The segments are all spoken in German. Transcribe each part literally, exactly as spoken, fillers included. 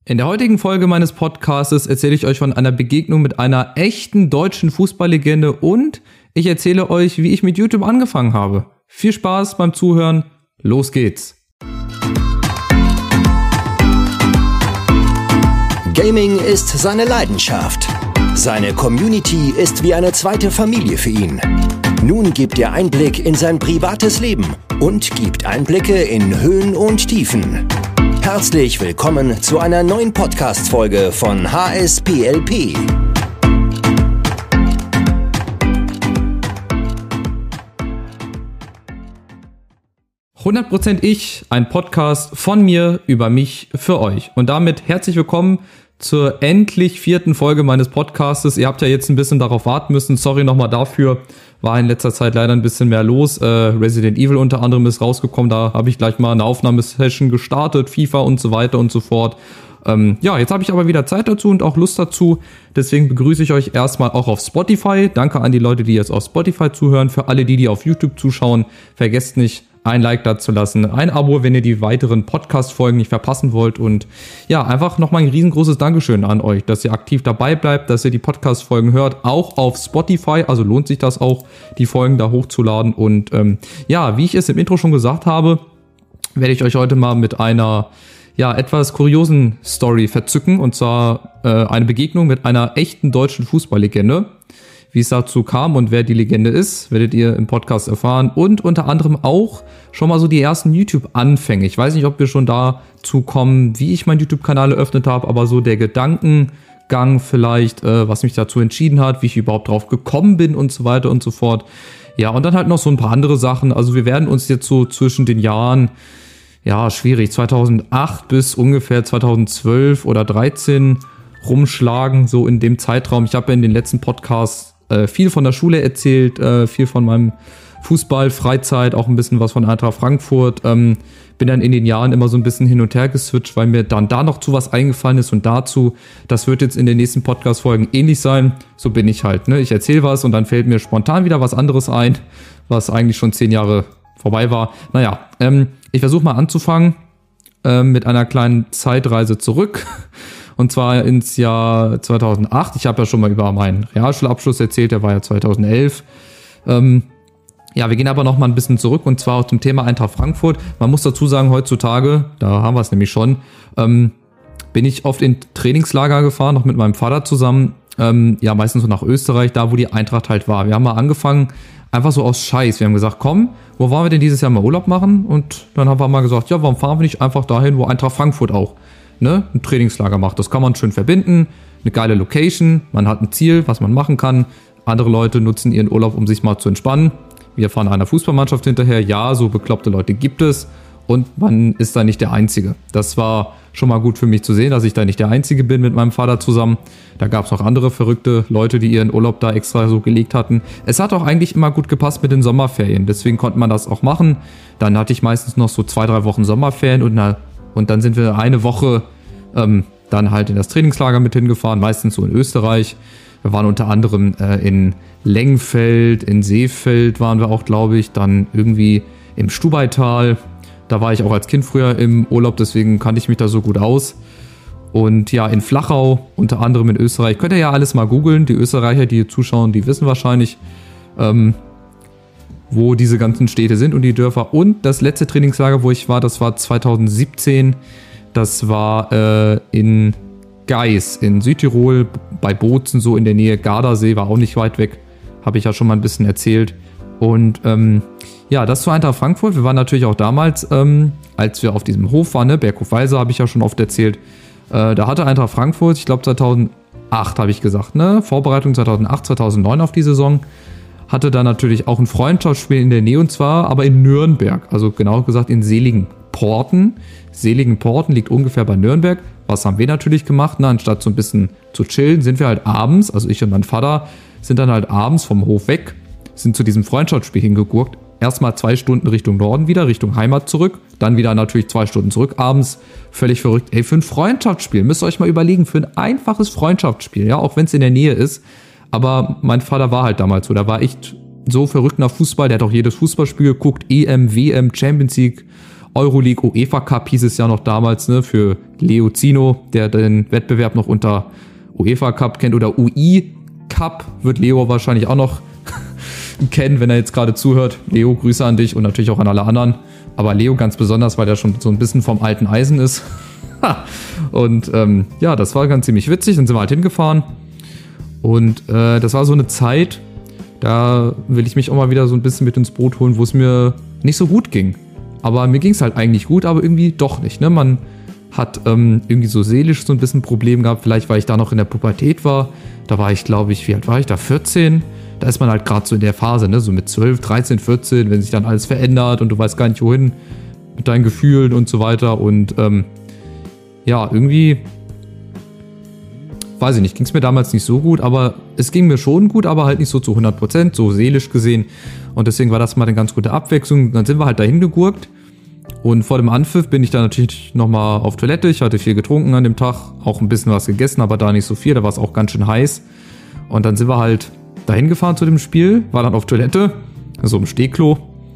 In der heutigen Folge meines Podcasts erzähle ich euch von einer Begegnung mit einer echten deutschen Fußballlegende und ich erzähle euch, wie ich mit YouTube angefangen habe. Viel Spaß beim Zuhören, los geht's! Gaming ist seine Leidenschaft. Seine Community ist wie eine zweite Familie für ihn. Nun gibt er Einblick in sein privates Leben und gibt Einblicke in Höhen und Tiefen. Herzlich willkommen zu einer neuen Podcast-Folge von H S P L P. hundert Prozent ich, ein Podcast von mir über mich für euch. Und damit herzlich willkommen zur endlich vierten Folge meines Podcastes. Ihr habt ja jetzt ein bisschen darauf warten müssen. Sorry nochmal dafür. War in letzter Zeit leider ein bisschen mehr los. Äh, Resident Evil unter anderem ist rausgekommen. Da habe ich gleich mal eine Aufnahmesession gestartet. FIFA und so weiter und so fort. Ähm, ja, jetzt habe ich aber wieder Zeit dazu und auch Lust dazu. Deswegen begrüße ich euch erstmal auch auf Spotify. Danke an die Leute, die jetzt auf Spotify zuhören. Für alle, die, die auf YouTube zuschauen, vergesst nicht, ein Like da zu lassen, ein Abo, wenn ihr die weiteren Podcast-Folgen nicht verpassen wollt. Und ja, einfach nochmal ein riesengroßes Dankeschön an euch, dass ihr aktiv dabei bleibt, dass ihr die Podcast-Folgen hört, auch auf Spotify. Also lohnt sich das auch, die Folgen da hochzuladen. Und ähm, ja, wie ich es im Intro schon gesagt habe, werde ich euch heute mal mit einer ja etwas kuriosen Story verzücken. Und zwar äh, eine Begegnung mit einer echten deutschen Fußballlegende. Wie es dazu kam und wer die Legende ist, werdet ihr im Podcast erfahren. Und unter anderem auch schon mal so die ersten YouTube-Anfänge. Ich weiß nicht, ob wir schon dazu kommen, wie ich meinen YouTube-Kanal eröffnet habe, aber so der Gedankengang vielleicht, äh, was mich dazu entschieden hat, wie ich überhaupt drauf gekommen bin und so weiter und so fort. Ja, und dann halt noch so ein paar andere Sachen. Also wir werden uns jetzt so zwischen den Jahren, ja, schwierig, zweitausendacht bis ungefähr zweitausendzwölf oder dreizehn rumschlagen, so in dem Zeitraum. Ich habe ja in den letzten Podcasts viel von der Schule erzählt, viel von meinem Fußball, Freizeit, auch ein bisschen was von Eintracht Frankfurt. Bin dann in den Jahren immer so ein bisschen hin und her geswitcht, weil mir dann da noch zu was eingefallen ist und dazu. Das wird jetzt in den nächsten Podcast-Folgen ähnlich sein. So bin ich halt, ne? Ich erzähle was und dann fällt mir spontan wieder was anderes ein, was eigentlich schon zehn Jahre vorbei war. Naja, ähm, ich versuche mal anzufangen äh, mit einer kleinen Zeitreise zurück. Und zwar ins Jahr zweitausendacht. Ich habe ja schon mal über meinen Realschulabschluss erzählt, der war ja zweitausendelf. Ähm, ja, wir gehen aber noch mal ein bisschen zurück und zwar zum Thema Eintracht Frankfurt. Man muss dazu sagen, heutzutage, da haben wir es nämlich schon, ähm, bin ich oft in Trainingslager gefahren, noch mit meinem Vater zusammen. Ähm, ja, meistens so nach Österreich, da wo die Eintracht halt war. Wir haben mal angefangen, einfach so aus Scheiß. Wir haben gesagt, komm, wo wollen wir denn dieses Jahr mal Urlaub machen? Und dann haben wir mal gesagt, ja, warum fahren wir nicht einfach dahin, wo Eintracht Frankfurt auch Ne, ein Trainingslager macht. Das kann man schön verbinden, eine geile Location, man hat ein Ziel, was man machen kann. Andere Leute nutzen ihren Urlaub, um sich mal zu entspannen. Wir fahren einer Fußballmannschaft hinterher. Ja, so bekloppte Leute gibt es und man ist da nicht der Einzige. Das war schon mal gut für mich zu sehen, dass ich da nicht der Einzige bin mit meinem Vater zusammen. Da gab es noch andere verrückte Leute, die ihren Urlaub da extra so gelegt hatten. Es hat auch eigentlich immer gut gepasst mit den Sommerferien, deswegen konnte man das auch machen. Dann hatte ich meistens noch so zwei, drei Wochen Sommerferien und eine Und dann sind wir eine Woche ähm, dann halt in das Trainingslager mit hingefahren, meistens so in Österreich. Wir waren unter anderem äh, in Lengfeld, in Seefeld waren wir auch, glaube ich. Dann irgendwie im Stubaital. Da war ich auch als Kind früher im Urlaub, deswegen kannte ich mich da so gut aus. Und ja, in Flachau, unter anderem in Österreich. Könnt ihr ja alles mal googeln. Die Österreicher, die hier zuschauen, die wissen wahrscheinlich, ähm, wo diese ganzen Städte sind und die Dörfer. Und das letzte Trainingslager, wo ich war, das war zweitausendsiebzehn. Das war äh, in Geis in Südtirol, bei Bozen, so in der Nähe. Gardasee war auch nicht weit weg. Habe ich ja schon mal ein bisschen erzählt. Und ähm, ja, das zu Eintracht Frankfurt. Wir waren natürlich auch damals, ähm, als wir auf diesem Hof waren, ne, Berghof-Weise, habe ich ja schon oft erzählt. Äh, da hatte Eintracht Frankfurt, ich glaube zweitausendacht habe ich gesagt, ne? Vorbereitung zweitausendacht, zweitausendneun auf die Saison. Hatte da natürlich auch ein Freundschaftsspiel in der Nähe und zwar aber in Nürnberg, also genau gesagt in Seligenporten. Seligenporten liegt ungefähr bei Nürnberg. Was haben wir natürlich gemacht? Na, anstatt so ein bisschen zu chillen, sind wir halt abends, also ich und mein Vater, sind dann halt abends vom Hof weg, sind zu diesem Freundschaftsspiel hingegurkt. Erstmal zwei Stunden Richtung Norden wieder, Richtung Heimat zurück, dann wieder natürlich zwei Stunden zurück abends. Völlig verrückt. Ey, für ein Freundschaftsspiel, müsst ihr euch mal überlegen, für ein einfaches Freundschaftsspiel, ja, auch wenn es in der Nähe ist. Aber mein Vater war halt damals so, der war echt so verrückt nach Fußball, der hat auch jedes Fußballspiel geguckt, E M, W M, Champions League, Euroleague UEFA Cup hieß es ja noch damals, ne, für Leo Zino, der den Wettbewerb noch unter UEFA Cup kennt, oder U I Cup wird Leo wahrscheinlich auch noch kennen, wenn er jetzt gerade zuhört. Leo, Grüße an dich und natürlich auch an alle anderen. Aber Leo ganz besonders, weil er schon so ein bisschen vom alten Eisen ist. Und ähm, ja, das war ganz ziemlich witzig. Dann sind wir halt hingefahren. Und äh, das war so eine Zeit, da will ich mich auch mal wieder so ein bisschen mit ins Boot holen, wo es mir nicht so gut ging. Aber mir ging es halt eigentlich gut, aber irgendwie doch nicht. Ne? Man hat ähm, irgendwie so seelisch so ein bisschen Problem gehabt. Vielleicht, weil ich da noch in der Pubertät war. Da war ich, glaube ich, wie alt war ich da? vierzehn. Da ist man halt gerade so in der Phase, ne? So mit zwölf, dreizehn, vierzehn, wenn sich dann alles verändert und du weißt gar nicht wohin mit deinen Gefühlen und so weiter. Und ähm, ja, irgendwie, weiß ich nicht, ging es mir damals nicht so gut, aber es ging mir schon gut, aber halt nicht so zu hundert Prozent, so seelisch gesehen. Und deswegen war das mal eine ganz gute Abwechslung. Dann sind wir halt dahin gegurkt und vor dem Anpfiff bin ich dann natürlich nochmal auf Toilette. Ich hatte viel getrunken an dem Tag, auch ein bisschen was gegessen, aber da nicht so viel, da war es auch ganz schön heiß. Und dann sind wir halt dahin gefahren zu dem Spiel, war dann auf Toilette, so im Stehklo.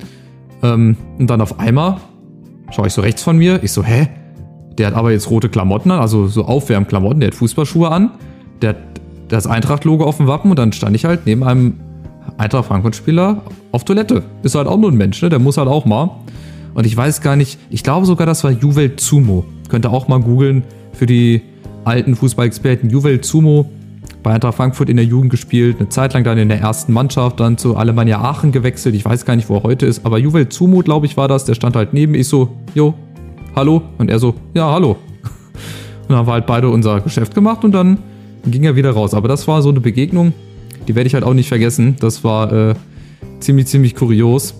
Ähm, und dann auf einmal schaue ich so rechts von mir, ich so, hä? Der hat aber jetzt rote Klamotten an, also so Aufwärmklamotten, der hat Fußballschuhe an, der hat das Eintracht-Logo auf dem Wappen und dann stand ich halt neben einem Eintracht-Frankfurt-Spieler auf Toilette. Ist halt auch nur ein Mensch, ne? Der muss halt auch mal. Und ich weiß gar nicht, ich glaube sogar, das war Juvel Zumo. Könnt ihr auch mal googeln für die alten Fußballexperten. Juvel Zumo, bei Eintracht Frankfurt in der Jugend gespielt, eine Zeit lang dann in der ersten Mannschaft, dann zu Alemannia Aachen gewechselt. Ich weiß gar nicht, wo er heute ist, aber Juvel Zumo, glaube ich, war das. Der stand halt neben, ich so, jo, hallo? Und er so, ja, hallo. Und dann haben wir halt beide unser Geschäft gemacht und dann ging er wieder raus. Aber das war so eine Begegnung, die werde ich halt auch nicht vergessen. Das war äh, ziemlich, ziemlich kurios.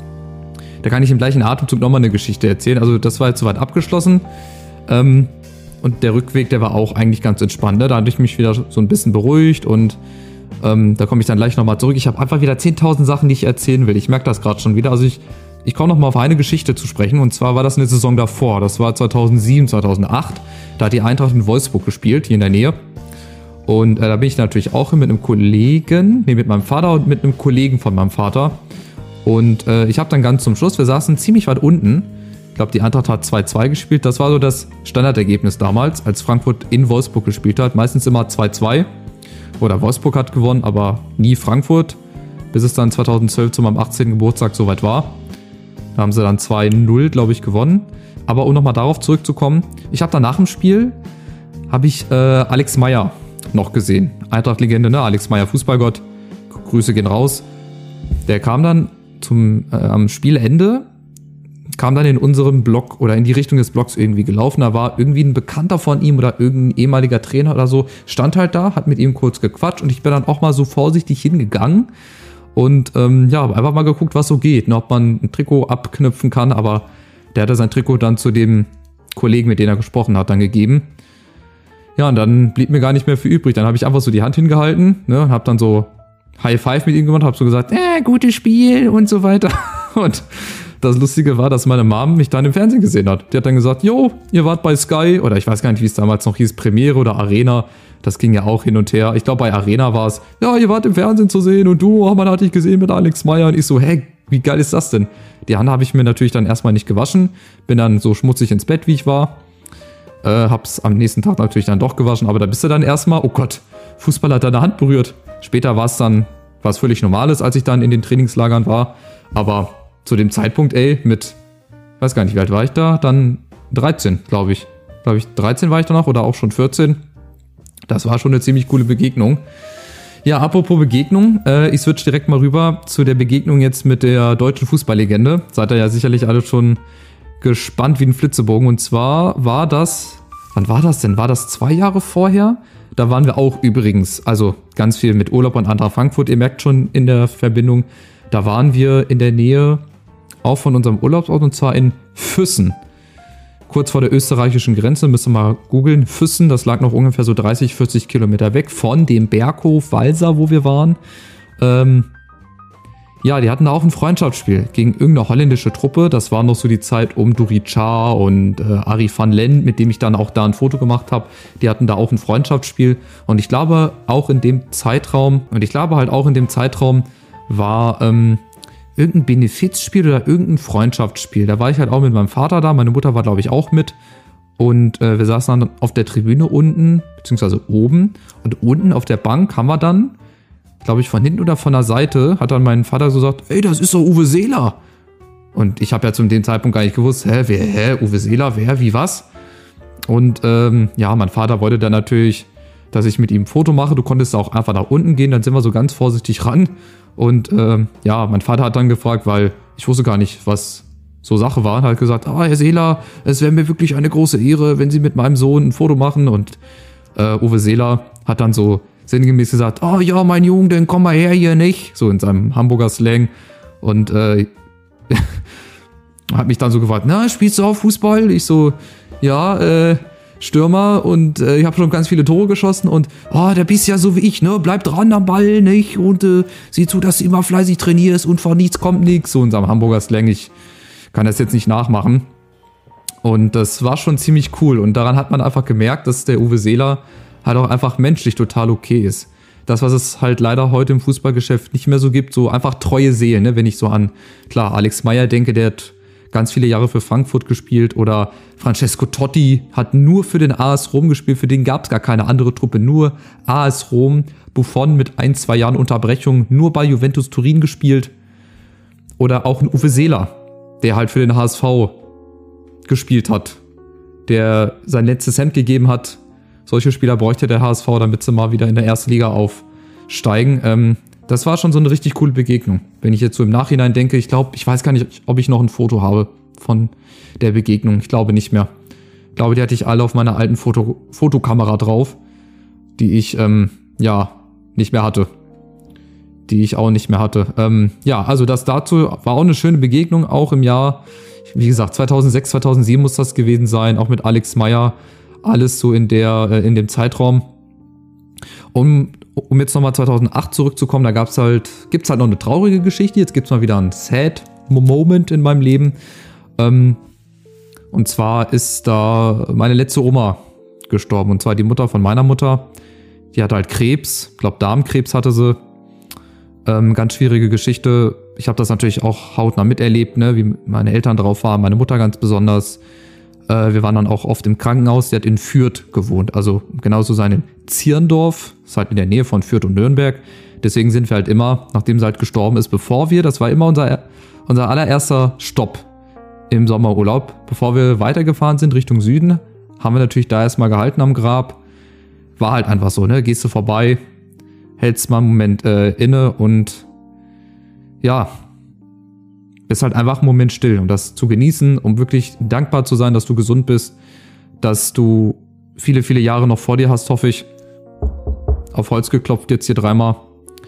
Da kann ich im gleichen Atemzug nochmal eine Geschichte erzählen. Also das war jetzt soweit abgeschlossen. Ähm, und der Rückweg, der war auch eigentlich ganz entspannt. Ne? Da hatte ich mich wieder so ein bisschen beruhigt und ähm, da komme ich dann gleich nochmal zurück. Ich habe einfach wieder zehntausend Sachen, die ich erzählen will. Ich merke das gerade schon wieder. Also ich Ich komme noch mal auf eine Geschichte zu sprechen, und zwar war das eine Saison davor. Das war zweitausendsieben, zweitausendacht. Da hat die Eintracht in Wolfsburg gespielt, hier in der Nähe. Und äh, da bin ich natürlich auch hin mit einem Kollegen, nee, mit meinem Vater und mit einem Kollegen von meinem Vater. Und äh, ich habe dann ganz zum Schluss, wir saßen ziemlich weit unten. Ich glaube, die Eintracht hat zwei zwei gespielt. Das war so das Standardergebnis damals, als Frankfurt in Wolfsburg gespielt hat. Meistens immer zwei zwei. Oder Wolfsburg hat gewonnen, aber nie Frankfurt. Bis es dann zweitausendzwölf zu meinem achtzehnten Geburtstag soweit war. Da haben sie dann zwei null, glaube ich, gewonnen. Aber um nochmal darauf zurückzukommen, ich habe dann nach dem Spiel, habe ich äh, Alex Meyer noch gesehen. Eintracht-Legende, ne? Alex Meyer, Fußballgott. Grüße gehen raus. Der kam dann zum, äh, am Spielende, kam dann in unserem Block oder in die Richtung des Blocks irgendwie gelaufen. Da war irgendwie ein Bekannter von ihm oder irgendein ehemaliger Trainer oder so, stand halt da, hat mit ihm kurz gequatscht und ich bin dann auch mal so vorsichtig hingegangen. Und ähm, ja, einfach mal geguckt, was so geht, ne, ob man ein Trikot abknüpfen kann, aber der hatte sein Trikot dann zu dem Kollegen, mit dem er gesprochen hat, dann gegeben. Ja, und dann blieb mir gar nicht mehr viel übrig. Dann habe ich einfach so die Hand hingehalten, ne, habe dann so High Five mit ihm gemacht, habe so gesagt, äh, gutes Spiel und so weiter. Und das Lustige war, dass meine Mom mich dann im Fernsehen gesehen hat. Die hat dann gesagt, jo, ihr wart bei Sky, oder ich weiß gar nicht, wie es damals noch hieß, Premiere oder Arena. Das ging ja auch hin und her. Ich glaube, bei Arena war es, ja, ihr wart im Fernsehen zu sehen und du, oh, man hat dich gesehen mit Alex Meyer. Und ich so, hä, wie geil ist das denn? Die Hand habe ich mir natürlich dann erstmal nicht gewaschen. Bin dann so schmutzig ins Bett, wie ich war. Äh, hab's am nächsten Tag natürlich dann doch gewaschen. Aber da bist du dann erstmal, oh Gott, Fußball hat deine Hand berührt. Später war es dann was völlig Normales, als ich dann in den Trainingslagern war. Aber zu dem Zeitpunkt, ey, mit, weiß gar nicht, wie alt war ich da? Dann dreizehn, glaube ich. Glaube ich, dreizehn war ich dann noch oder auch schon vierzehn. Das war schon eine ziemlich coole Begegnung. Ja, apropos Begegnung, äh, ich switch direkt mal rüber zu der Begegnung jetzt mit der deutschen Fußballlegende. Seid ihr ja sicherlich alle schon gespannt wie ein Flitzebogen. Und zwar war das, wann war das denn? War das zwei Jahre vorher? Da waren wir auch übrigens, also ganz viel mit Urlaub und Eintracht Frankfurt. Ihr merkt schon in der Verbindung, da waren wir in der Nähe auch von unserem Urlaubsort, und zwar in Füssen. Kurz vor der österreichischen Grenze, müsst ihr mal googeln. Füssen, das lag noch ungefähr so dreißig, vierzig Kilometer weg von dem Berghof Walser, wo wir waren. Ähm, ja, die hatten da auch ein Freundschaftsspiel gegen irgendeine holländische Truppe. Das war noch so die Zeit um Durichar und äh, Arie van Lent, mit dem ich dann auch da ein Foto gemacht habe. Die hatten da auch ein Freundschaftsspiel. Und ich glaube auch in dem Zeitraum, und ich glaube halt auch in dem Zeitraum war ähm, irgendein Benefizspiel oder irgendein Freundschaftsspiel. Da war ich halt auch mit meinem Vater da, meine Mutter war, glaube ich, auch mit. Und äh, wir saßen dann auf der Tribüne unten, beziehungsweise oben. Und unten auf der Bank haben wir dann, glaube ich, von hinten oder von der Seite, hat dann mein Vater so gesagt, ey, das ist doch Uwe Seeler. Und ich habe ja zu dem Zeitpunkt gar nicht gewusst, hä, wer, hä, Uwe Seeler, wer, wie, was? Und ähm, ja, mein Vater wollte dann natürlich, dass ich mit ihm ein Foto mache. Du konntest auch einfach nach unten gehen, dann sind wir so ganz vorsichtig ran. Und ähm, ja, mein Vater hat dann gefragt, weil ich wusste gar nicht, was so Sache war. Und hat gesagt, ah, Herr Seeler, es wäre mir wirklich eine große Ehre, wenn Sie mit meinem Sohn ein Foto machen. Und äh, Uwe Seeler hat dann so sinngemäß gesagt, oh ja, mein Junge, dann komm mal her hier, nicht? So in seinem Hamburger Slang. Und äh, hat mich dann so gefragt, na, spielst du auch Fußball? Ich so, ja, äh, Stürmer und äh, ich habe schon ganz viele Tore geschossen und oh, der bist ja so wie ich, ne? Bleib dran am Ball, nicht? Und äh, sieh zu, dass du immer fleißig trainierst und von nichts kommt nichts. So in seinem Hamburger Slang, ich kann das jetzt nicht nachmachen. Und das war schon ziemlich cool und daran hat man einfach gemerkt, dass der Uwe Seeler halt auch einfach menschlich total okay ist. Das, was es halt leider heute im Fußballgeschäft nicht mehr so gibt, so einfach treue Seelen, ne? Wenn ich so an, klar, Alex Meyer denke, der hat ganz viele Jahre für Frankfurt gespielt oder Francesco Totti hat nur für den A S Rom gespielt, für den gab es gar keine andere Truppe, nur A S Rom, Buffon mit ein, zwei Jahren Unterbrechung, nur bei Juventus Turin gespielt oder auch ein Uwe Seeler, der halt für den H S V gespielt hat, der sein letztes Hemd gegeben hat. Solche Spieler bräuchte der H S V, damit sie mal wieder in der ersten Liga aufsteigen. Ähm, das war schon so eine richtig coole Begegnung. Wenn ich jetzt so im Nachhinein denke, ich glaube, ich weiß gar nicht, ob ich noch ein Foto habe von der Begegnung. Ich glaube nicht mehr. Ich glaube, die hatte ich alle auf meiner alten Foto- Fotokamera drauf, die ich, ähm, ja, nicht mehr hatte. Die ich auch nicht mehr hatte. Ähm, ja, also das dazu war auch eine schöne Begegnung, auch im Jahr, wie gesagt, zweitausendsechs, zweitausendsieben muss das gewesen sein, auch mit Alex Meyer. Alles so in der, äh, in dem Zeitraum. Um, um jetzt nochmal zweitausendacht zurückzukommen, da gab's halt, gibt's halt noch eine traurige Geschichte. Jetzt gibt's mal wieder einen sad Moment in meinem Leben. Ähm, und zwar ist da meine letzte Oma gestorben. Und zwar die Mutter von meiner Mutter. Die hatte halt Krebs. Ich glaube, Darmkrebs hatte sie. Ähm, ganz schwierige Geschichte. Ich habe das natürlich auch hautnah miterlebt, ne, wie meine Eltern drauf waren, meine Mutter ganz besonders. Wir waren dann auch oft im Krankenhaus, der hat in Fürth gewohnt, also genauso sein in Zierndorf, ist halt in der Nähe von Fürth und Nürnberg. Deswegen sind wir halt immer, nachdem sie halt gestorben ist, bevor wir, das war immer unser, unser allererster Stopp im Sommerurlaub, bevor wir weitergefahren sind Richtung Süden, haben wir natürlich da erstmal gehalten am Grab. War halt einfach so, ne, gehst du vorbei, hältst mal einen Moment äh, inne und ja, bist halt einfach einen Moment still, um das zu genießen, um wirklich dankbar zu sein, dass du gesund bist, dass du viele, viele Jahre noch vor dir hast, hoffe ich. Auf Holz geklopft jetzt hier dreimal.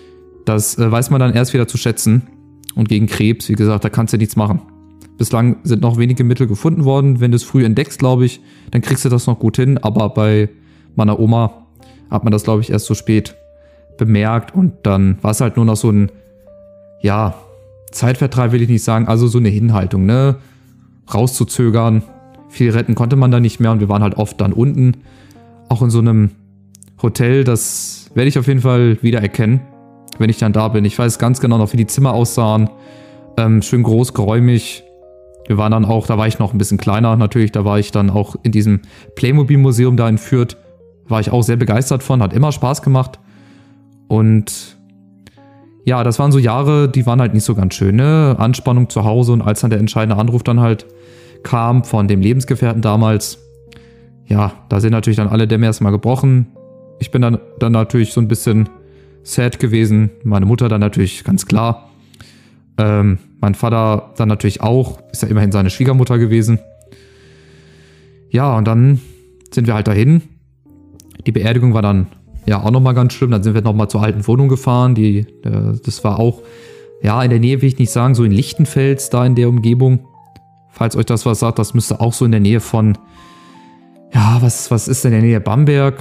Das äh, weiß man dann erst wieder zu schätzen. Und gegen Krebs, wie gesagt, da kannst du nichts machen. Bislang sind noch wenige Mittel gefunden worden. Wenn du es früh entdeckst, glaube ich, dann kriegst du das noch gut hin. Aber bei meiner Oma hat man das, glaube ich, erst so spät bemerkt. Und dann war es halt nur noch so ein, ja, Zeitvertreib will ich nicht sagen, also so eine Hinhaltung, ne? Rauszuzögern. Viel retten konnte man da nicht mehr und wir waren halt oft dann unten. Auch in so einem Hotel, das werde ich auf jeden Fall wieder erkennen, wenn ich dann da bin. Ich weiß ganz genau noch, wie die Zimmer aussahen. Ähm, schön groß, geräumig. Wir waren dann auch, da war ich noch ein bisschen kleiner natürlich, da war ich dann auch in diesem Playmobil-Museum da in Fürth. War ich auch sehr begeistert von, hat immer Spaß gemacht. Und ja, das waren so Jahre, die waren halt nicht so ganz schön, ne? Anspannung zu Hause und als dann der entscheidende Anruf dann halt kam von dem Lebensgefährten damals, ja, da sind natürlich dann alle Dämme erstmal gebrochen. Ich bin dann, dann natürlich so ein bisschen sad gewesen, meine Mutter dann natürlich ganz klar. Ähm, mein Vater dann natürlich auch, ist ja immerhin seine Schwiegermutter gewesen. Ja, und dann sind wir halt dahin. Die Beerdigung war dann ja auch nochmal ganz schlimm. Dann sind wir nochmal zur alten Wohnung gefahren. Die, äh, das war auch, ja, in der Nähe will ich nicht sagen, so in Lichtenfels, da in der Umgebung. Falls euch das was sagt, das müsste auch so in der Nähe von, ja, was, was ist denn in der Nähe? Bamberg?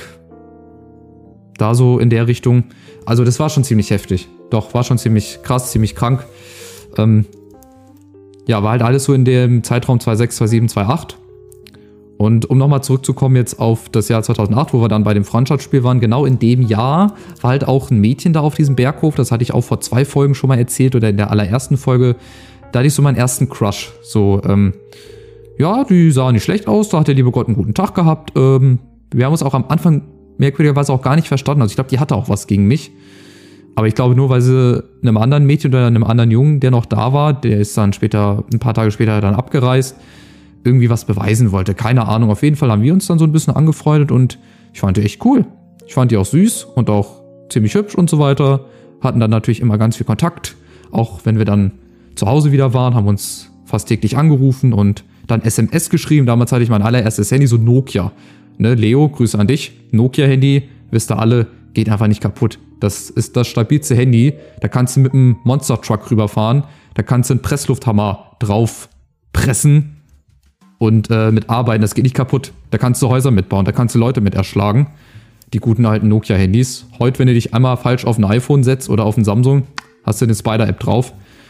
Da so in der Richtung. Also das war schon ziemlich heftig. Doch, war schon ziemlich krass, ziemlich krank. Ähm, ja, war halt alles so in dem Zeitraum zwei Komma sechs, zwei Komma sieben, zwei Komma acht. Und um nochmal zurückzukommen jetzt auf das Jahr zweitausendacht, wo wir dann bei dem Freundschaftsspiel waren, genau in dem Jahr war halt auch ein Mädchen da auf diesem Berghof, das hatte ich auch vor zwei Folgen schon mal erzählt oder in der allerersten Folge, da hatte ich so meinen ersten Crush, so, ähm, ja, die sah nicht schlecht aus, da hat der liebe Gott einen guten Tag gehabt, ähm, wir haben uns auch am Anfang merkwürdigerweise auch gar nicht verstanden, also ich glaube, die hatte auch was gegen mich, aber ich glaube nur, weil sie einem anderen Mädchen oder einem anderen Jungen, der noch da war, der ist dann später, ein paar Tage später dann abgereist, irgendwie was beweisen wollte. Keine Ahnung. Auf jeden Fall haben wir uns dann so ein bisschen angefreundet und ich fand die echt cool. Ich fand die auch süß und auch ziemlich hübsch und so weiter. Hatten dann natürlich immer ganz viel Kontakt. Auch wenn wir dann zu Hause wieder waren, haben uns fast täglich angerufen und dann S M S geschrieben. Damals hatte ich mein allererstes Handy, so Nokia. Ne, Leo, Grüße an dich. Nokia-Handy, wisst ihr alle, geht einfach nicht kaputt. Das ist das stabilste Handy. Da kannst du mit einem Monster-Truck rüberfahren. Da kannst du einen Presslufthammer drauf pressen. Und äh, mit arbeiten, das geht nicht kaputt. Da kannst du Häuser mitbauen, da kannst du Leute mit erschlagen. Die guten alten Nokia-Handys. Heute, wenn du dich einmal falsch auf ein iPhone setzt oder auf ein Samsung, hast du eine Spider-App drauf.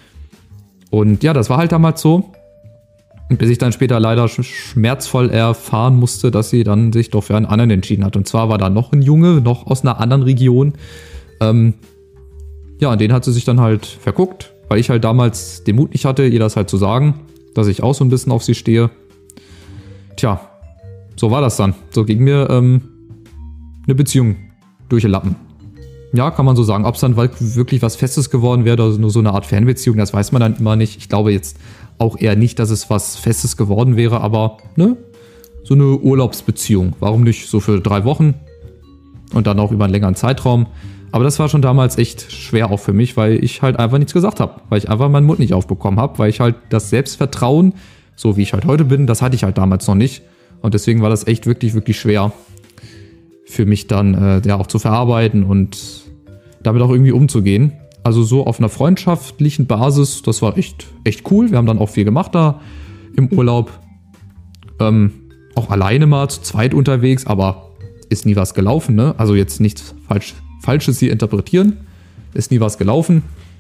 Und ja, das war halt damals so. Und bis ich dann später leider schmerzvoll erfahren musste, dass sie dann sich doch für einen anderen entschieden hat. Und zwar war da noch ein Junge, noch aus einer anderen Region. Ähm, ja, an den hat sie sich dann halt verguckt, weil ich halt damals den Mut nicht hatte, ihr das halt zu sagen, dass ich auch so ein bisschen auf sie stehe. Tja, so war das dann. So ging mir ähm, eine Beziehung durch den Lappen. Ja, kann man so sagen. Ob es dann wirklich was Festes geworden wäre oder nur so eine Art Fernbeziehung, das weiß man dann immer nicht. Ich glaube jetzt auch eher nicht, dass es was Festes geworden wäre, aber ne, so eine Urlaubsbeziehung. Warum nicht so für drei Wochen und dann auch über einen längeren Zeitraum. Aber das war schon damals echt schwer auch für mich, weil ich halt einfach nichts gesagt habe. Weil ich einfach meinen Mund nicht aufbekommen habe, weil ich halt das Selbstvertrauen, so wie ich halt heute bin, das hatte ich halt damals noch nicht. Und deswegen war das echt wirklich, wirklich schwer für mich dann äh, ja auch zu verarbeiten und damit auch irgendwie umzugehen. Also so auf einer freundschaftlichen Basis, das war echt, echt cool. Wir haben dann auch viel gemacht da im Urlaub. Ähm, auch alleine mal zu zweit unterwegs, aber ist nie was gelaufen, ne? Also jetzt nichts falsch, Falsches hier interpretieren. Ist nie was gelaufen.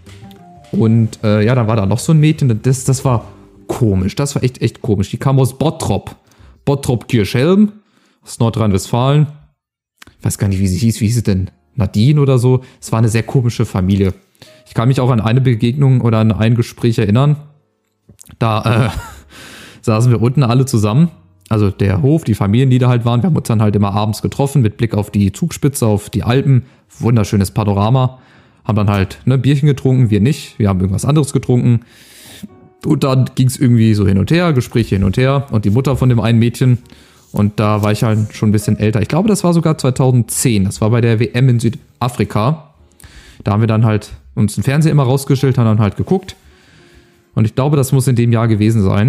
Und äh, ja, dann war da noch so ein Mädchen, das, das war komisch, das war echt, echt komisch. Die kam aus Bottrop. Bottrop-Kirchhelm, aus Nordrhein-Westfalen. Ich weiß gar nicht, wie sie hieß. Wie hieß sie denn? Nadine oder so. Es war eine sehr komische Familie. Ich kann mich auch an eine Begegnung oder an ein Gespräch erinnern. Da äh, saßen wir unten alle zusammen. Also der Hof, die Familien, die da halt waren. Wir haben uns dann halt immer abends getroffen mit Blick auf die Zugspitze, auf die Alpen. Wunderschönes Panorama. Haben dann halt ne, Bierchen getrunken, wir nicht. Wir haben irgendwas anderes getrunken. Und dann ging es irgendwie so hin und her, Gespräche hin und her. Und die Mutter von dem einen Mädchen. Und da war ich halt schon ein bisschen älter. Ich glaube, das war sogar zweitausendzehn. Das war bei der W M in Südafrika. Da haben wir dann halt uns den Fernseher immer rausgestellt, haben dann halt geguckt. Und ich glaube, das muss in dem Jahr gewesen sein.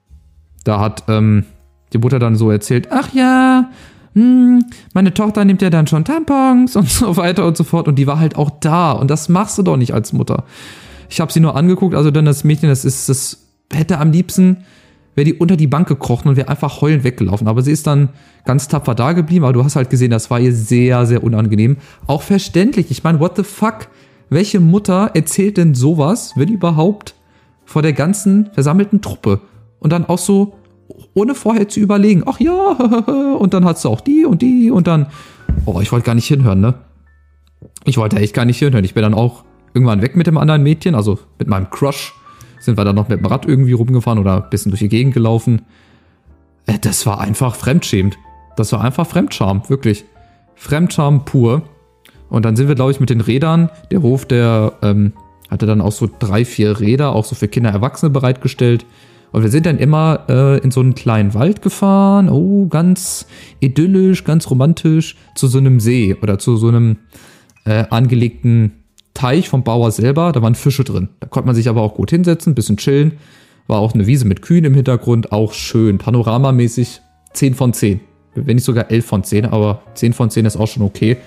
Da hat ähm, die Mutter dann so erzählt, ach ja, mh, meine Tochter nimmt ja dann schon Tampons und so weiter und so fort. Und die war halt auch da. Und das machst du doch nicht als Mutter. Ich habe sie nur angeguckt, also dann das Mädchen, das ist, das hätte am liebsten, wäre die unter die Bank gekrochen und wäre einfach heulend weggelaufen. Aber sie ist dann ganz tapfer da geblieben, aber du hast halt gesehen, das war ihr sehr, sehr unangenehm. Auch verständlich. Ich meine, what the fuck? Welche Mutter erzählt denn sowas, wenn überhaupt, vor der ganzen versammelten Truppe? Und dann auch so, ohne vorher zu überlegen, ach ja, und dann hast du auch die und die und dann, oh, ich wollte gar nicht hinhören, ne? Ich wollte echt gar nicht hinhören. Ich bin dann auch irgendwann weg mit dem anderen Mädchen, also mit meinem Crush. Sind wir dann noch mit dem Rad irgendwie rumgefahren oder ein bisschen durch die Gegend gelaufen. Äh, das war einfach fremdschämend. Das war einfach Fremdscham, wirklich. Fremdscham pur. Und dann sind wir, glaube ich, mit den Rädern, der Hof, der ähm, hatte dann auch so drei, vier Räder, auch so für Kinder, Erwachsene bereitgestellt. Und wir sind dann immer äh, in so einen kleinen Wald gefahren, oh, ganz idyllisch, ganz romantisch, zu so einem See oder zu so einem äh, angelegten Teich vom Bauer selber, da waren Fische drin. Da konnte man sich aber auch gut hinsetzen, ein bisschen chillen. War auch eine Wiese mit Kühen im Hintergrund, auch schön. Panoramamäßig zehn von zehn. Wenn nicht sogar elf von zehn, aber zehn von zehn ist auch schon okay.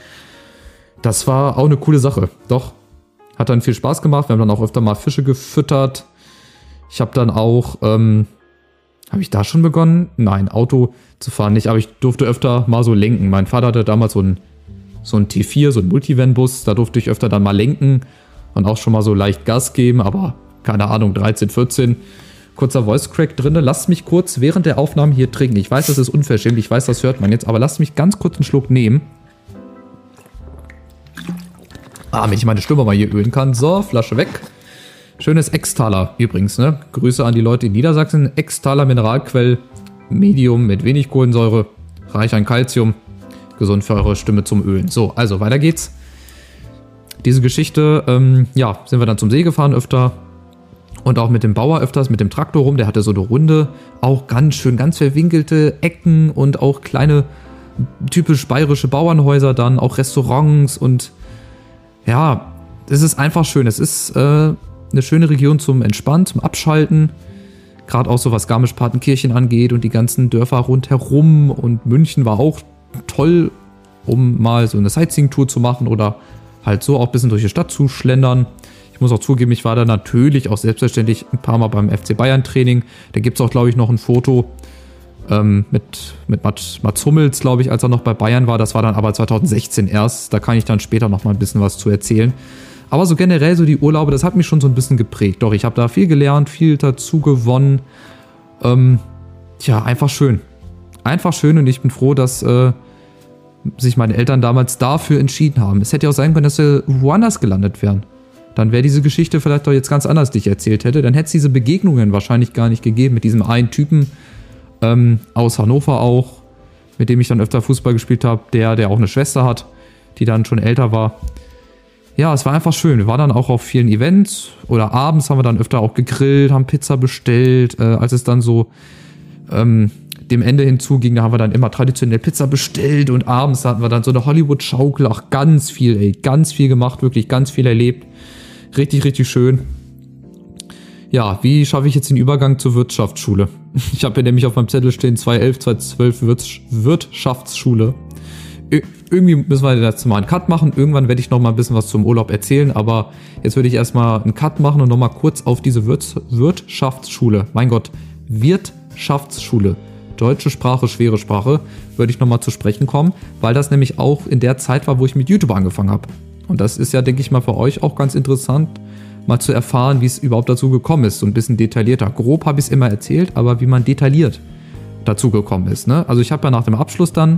Das war auch eine coole Sache. Doch, hat dann viel Spaß gemacht. Wir haben dann auch öfter mal Fische gefüttert. Ich habe dann auch, ähm, habe ich da schon begonnen? Nein, Auto zu fahren nicht, aber ich durfte öfter mal so lenken. Mein Vater hatte damals so ein so ein T vier, so ein Multivan-Bus, da durfte ich öfter dann mal lenken und auch schon mal so leicht Gas geben, aber keine Ahnung, dreizehn, vierzehn kurzer Voice-Crack drin. Lasst mich kurz während der Aufnahmen hier trinken. Ich weiß, das ist unverschämt, ich weiß, das hört man jetzt, aber lasst mich ganz kurz einen Schluck nehmen. Ah, damit ich meine Stimme mal hier ölen kann. So, Flasche weg. Schönes Extaler übrigens, ne? Grüße an die Leute in Niedersachsen. Extaler Mineralquell, Medium mit wenig Kohlensäure, reich an Calcium. Gesund für eure Stimme zum Ölen. So, also weiter geht's. Diese Geschichte, ähm, ja, sind wir dann zum See gefahren öfter. Und auch mit dem Bauer öfters, mit dem Traktor rum, der hatte so eine Runde, auch ganz schön, ganz verwinkelte Ecken und auch kleine, typisch bayerische Bauernhäuser dann, auch Restaurants und ja, es ist einfach schön. Es ist äh, eine schöne Region zum Entspannen, zum Abschalten, gerade auch so was Garmisch-Partenkirchen angeht und die ganzen Dörfer rundherum und München war auch toll, um mal so eine Sightseeing-Tour zu machen oder halt so auch ein bisschen durch die Stadt zu schlendern. Ich muss auch zugeben, ich war da natürlich auch selbstverständlich ein paar Mal beim F C Bayern Training. Da gibt es auch, glaube ich, noch ein Foto ähm, mit, mit Mats, Mats Hummels, glaube ich, als er noch bei Bayern war. Das war dann aber zweitausendsechzehn erst. Da kann ich dann später noch mal ein bisschen was zu erzählen. Aber so generell so die Urlaube, das hat mich schon so ein bisschen geprägt. Doch, ich habe da viel gelernt, viel dazu gewonnen. Ähm, tja, einfach schön. Einfach schön und ich bin froh, dass äh, sich meine Eltern damals dafür entschieden haben. Es hätte ja auch sein können, dass sie woanders gelandet wären. Dann wäre diese Geschichte vielleicht doch jetzt ganz anders, die ich erzählt hätte. Dann hätte es diese Begegnungen wahrscheinlich gar nicht gegeben mit diesem einen Typen ähm, aus Hannover auch, mit dem ich dann öfter Fußball gespielt habe, der, der auch eine Schwester hat, die dann schon älter war. Ja, es war einfach schön. Wir waren dann auch auf vielen Events oder abends haben wir dann öfter auch gegrillt, haben Pizza bestellt. Äh, als es dann so ähm, dem Ende hinzuging, da haben wir dann immer traditionell Pizza bestellt und abends hatten wir dann so eine Hollywood-Schaukel, auch ganz viel, ey, ganz viel gemacht, wirklich ganz viel erlebt. Richtig, richtig schön. Ja, wie schaffe ich jetzt den Übergang zur Wirtschaftsschule? Ich habe hier nämlich auf meinem Zettel stehen zweitausendelf, zweitausendzwölf Wirts- Wirtschaftsschule. Ir- irgendwie müssen wir jetzt mal einen Cut machen. Irgendwann werde ich noch mal ein bisschen was zum Urlaub erzählen, aber jetzt würde ich erstmal einen Cut machen und noch mal kurz auf diese Wirts- Wirtschaftsschule, mein Gott, Wirtschaftsschule, deutsche Sprache, schwere Sprache, würde ich noch mal zu sprechen kommen, weil das nämlich auch in der Zeit war, wo ich mit YouTube angefangen habe. Und das ist ja, denke ich mal, für euch auch ganz interessant, mal zu erfahren, wie es überhaupt dazu gekommen ist. So ein bisschen detaillierter. Grob habe ich es immer erzählt, aber wie man detailliert dazu gekommen ist. Ne? Also ich habe ja nach dem Abschluss dann,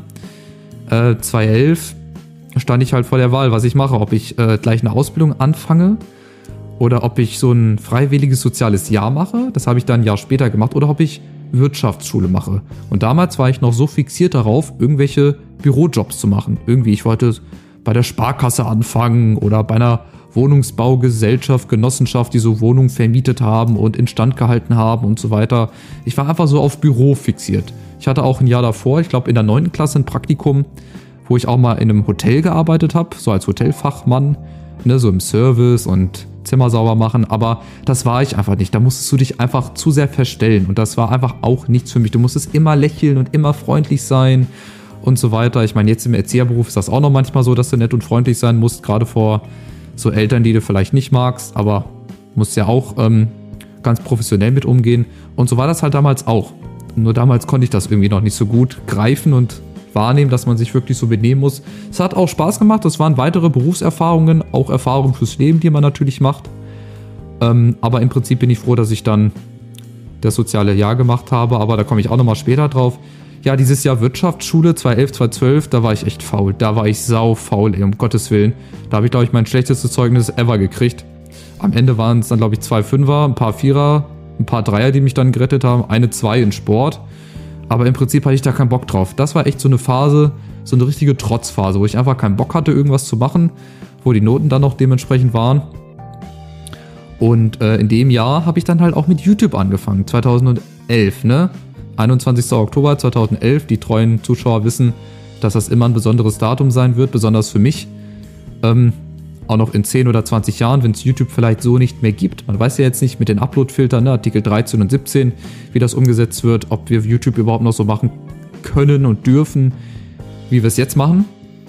äh, zweitausendelf, stand ich halt vor der Wahl, was ich mache. Ob ich äh, gleich eine Ausbildung anfange oder ob ich so ein freiwilliges soziales Jahr mache. Das habe ich dann ein Jahr später gemacht. Oder ob ich Wirtschaftsschule mache. Und damals war ich noch so fixiert darauf, irgendwelche Bürojobs zu machen. Irgendwie, ich wollte bei der Sparkasse anfangen oder bei einer Wohnungsbaugesellschaft, Genossenschaft, die so Wohnungen vermietet haben und instand gehalten haben und so weiter. Ich war einfach so auf Büro fixiert. Ich hatte auch ein Jahr davor, ich glaube in der neunten Klasse ein Praktikum, wo ich auch mal in einem Hotel gearbeitet habe, so als Hotelfachmann, ne, so im Service und Zimmer sauber machen, aber das war ich einfach nicht. Da musstest du dich einfach zu sehr verstellen und das war einfach auch nichts für mich. Du musstest immer lächeln und immer freundlich sein und so weiter. Ich meine, jetzt im Erzieherberuf ist das auch noch manchmal so, dass du nett und freundlich sein musst, gerade vor so Eltern, die du vielleicht nicht magst, aber musst ja auch ähm, ganz professionell mit umgehen. Und so war das halt damals auch. Nur damals konnte ich das irgendwie noch nicht so gut greifen und wahrnehmen, dass man sich wirklich so benehmen muss. Es hat auch Spaß gemacht, das waren weitere Berufserfahrungen, auch Erfahrungen fürs Leben, die man natürlich macht. Ähm, aber im Prinzip bin ich froh, dass ich dann das soziale Jahr gemacht habe, aber da komme ich auch nochmal später drauf. Ja, dieses Jahr Wirtschaftsschule zweitausendelf, zweitausendzwölf, da war ich echt faul. Da war ich sau faul, ey, um Gottes Willen. Da habe ich, glaube ich, mein schlechtestes Zeugnis ever gekriegt. Am Ende waren es dann, glaube ich, zwei Fünfer, ein paar Vierer, ein paar Dreier, die mich dann gerettet haben, eine Zwei in Sport. Aber im Prinzip hatte ich da keinen Bock drauf. Das war echt so eine Phase, so eine richtige Trotzphase, wo ich einfach keinen Bock hatte, irgendwas zu machen, wo die Noten dann noch dementsprechend waren. Und äh, in dem Jahr habe ich dann halt auch mit YouTube angefangen, zweitausendelf, ne? einundzwanzigster Oktober zweitausendelf, die treuen Zuschauer wissen, dass das immer ein besonderes Datum sein wird, besonders für mich. Ähm, auch noch in zehn oder zwanzig Jahren, wenn es YouTube vielleicht so nicht mehr gibt. Man weiß ja jetzt nicht mit den Upload-Filtern, ne, Artikel dreizehn und siebzehn, wie das umgesetzt wird, ob wir YouTube überhaupt noch so machen können und dürfen, wie wir es jetzt machen.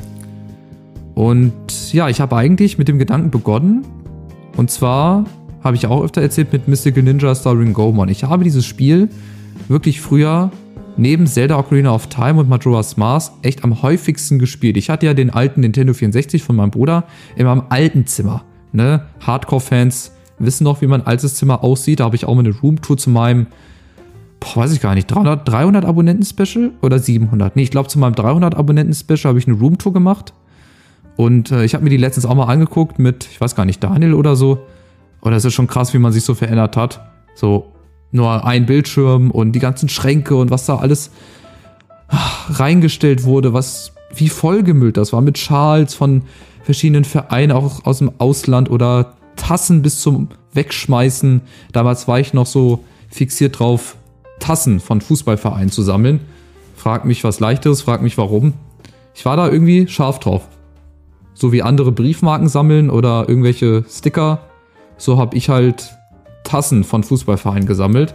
Und ja, ich habe eigentlich mit dem Gedanken begonnen, und zwar habe ich auch öfter erzählt mit Mystical Ninja Starring Goemon. Ich habe dieses Spiel wirklich früher neben Zelda Ocarina of Time und Majora's Mask echt am häufigsten gespielt. Ich hatte ja den alten Nintendo vierundsechzig von meinem Bruder in meinem alten Zimmer. Ne? Hardcore-Fans wissen noch, wie mein altes Zimmer aussieht. Da habe ich auch mal eine Roomtour zu meinem, boah, weiß ich gar nicht, dreihundert, dreihundert Abonnenten-Special oder siebenhundert? Nee, ich glaube, zu meinem dreihundert Abonnenten-Special habe ich eine Roomtour gemacht. Und äh, ich habe mir die letztens auch mal angeguckt mit, ich weiß gar nicht, Daniel oder so. Und das ist schon krass, wie man sich so verändert hat. So nur ein Bildschirm und die ganzen Schränke und was da alles ach, reingestellt wurde, was wie vollgemüllt das war mit Schals von verschiedenen Vereinen, auch aus dem Ausland oder Tassen bis zum Wegschmeißen. Damals war ich noch so fixiert drauf, Tassen von Fußballvereinen zu sammeln. Frag mich was Leichteres, frag mich warum. Ich war da irgendwie scharf drauf. So wie andere Briefmarken sammeln oder irgendwelche Sticker, so habe ich halt Tassen von Fußballvereinen gesammelt.